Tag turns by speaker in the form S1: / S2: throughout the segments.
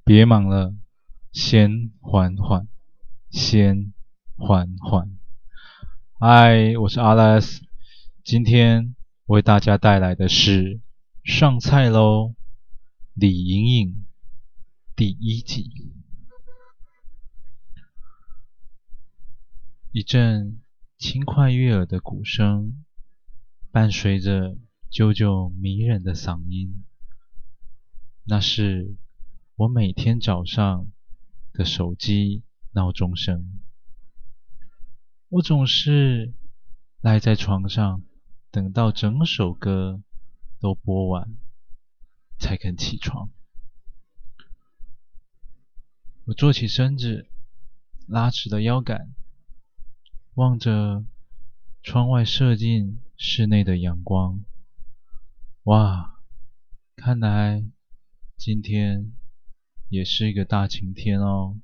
S1: 别忙了，先缓缓，先缓缓。嗨，我是阿拉斯，今天为大家带来的是上菜喽，李莹莹第一集。一阵轻快悦耳的鼓声，伴随着啾啾迷人的嗓音，那是我每天早上的手机闹钟声。我总是赖在床上，等到整首歌都播完，才肯起床。我坐起身子，拉直了腰杆，望着窗外射进室内的阳光。哇，看来今天也是一个大晴天哦。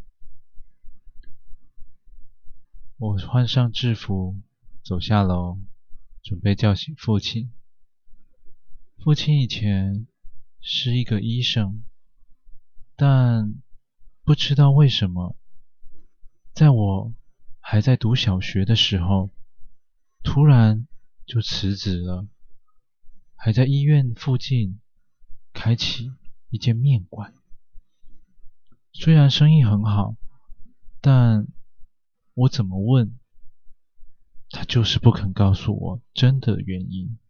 S1: 我换上制服，走下楼，准备叫醒父亲。父亲以前是一个医生，但不知道为什么，在我还在读小学的时候，突然就辞职了，还在医院附近开启一间面馆。虽然生意很好，但我怎么问，他就是不肯告诉我真的原因。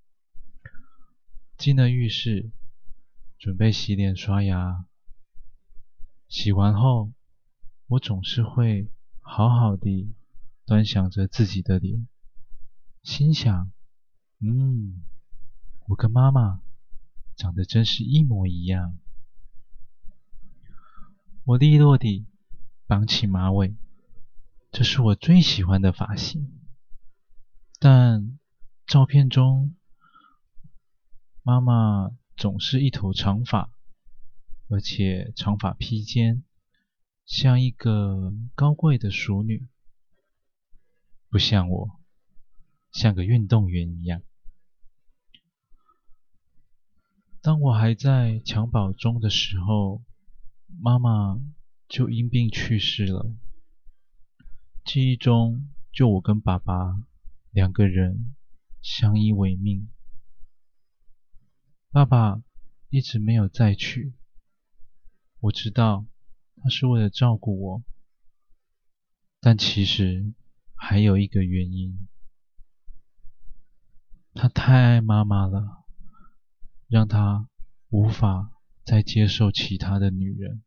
S1: 进了浴室，准备洗脸刷牙。洗完后，我总是会好好地端详着自己的脸，心想，我跟妈妈长得真是一模一样。我利落地绑起马尾，这是我最喜欢的发型。但照片中，妈妈总是一头长发，而且长发披肩，像一个高贵的淑女，不像我，像个运动员一样。当我还在襁褓中的时候，妈妈就因病去世了。记忆中，就我跟爸爸两个人相依为命。爸爸一直没有再娶，我知道他是为了照顾我，但其实还有一个原因，他太爱妈妈了，让他无法再接受其他的女人。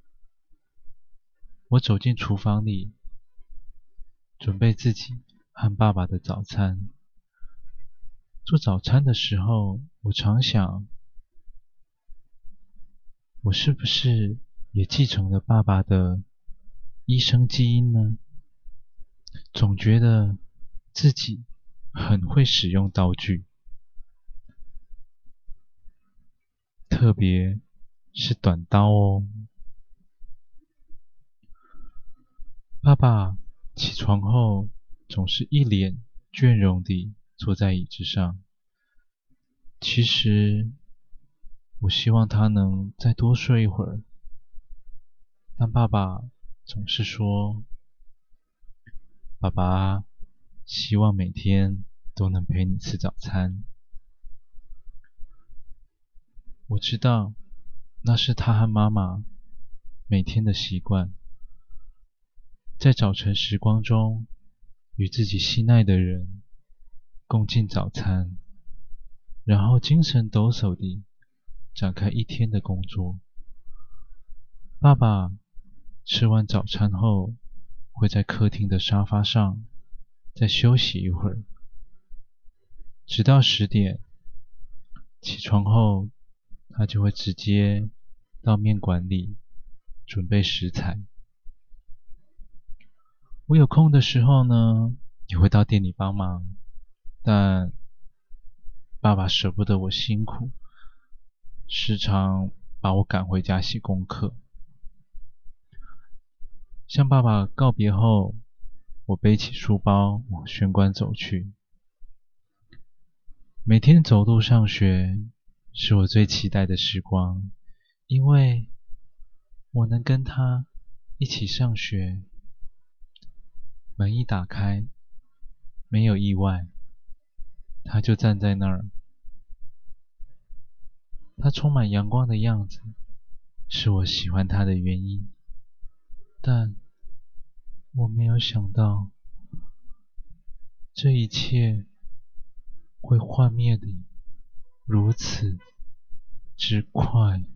S1: 我走进厨房里，准备自己和爸爸的早餐。做早餐的时候，我常想，我是不是也继承了爸爸的医生基因呢？总觉得自己很会使用道具，特别是短刀哦。爸爸起床后总是一脸倦容地坐在椅子上。其实，我希望他能再多睡一会儿，但爸爸总是说，爸爸希望每天都能陪你吃早餐。我知道，那是他和妈妈每天的习惯，在早晨时光中与自己心爱的人共进早餐，然后精神抖擞地展开一天的工作。爸爸吃完早餐后，会在客厅的沙发上再休息一会儿，直到10点。起床后，他就会直接到面馆里准备食材。我有空的时候呢，也会到店里帮忙，但爸爸舍不得我辛苦，时常把我赶回家写功课。向爸爸告别后，我背起书包往玄关走去。每天走路上学是我最期待的时光，因为我能跟他一起上学。门一打开，没有意外，他就站在那儿。他充满阳光的样子，是我喜欢他的原因。但我没有想到，这一切会幻灭的如此之快。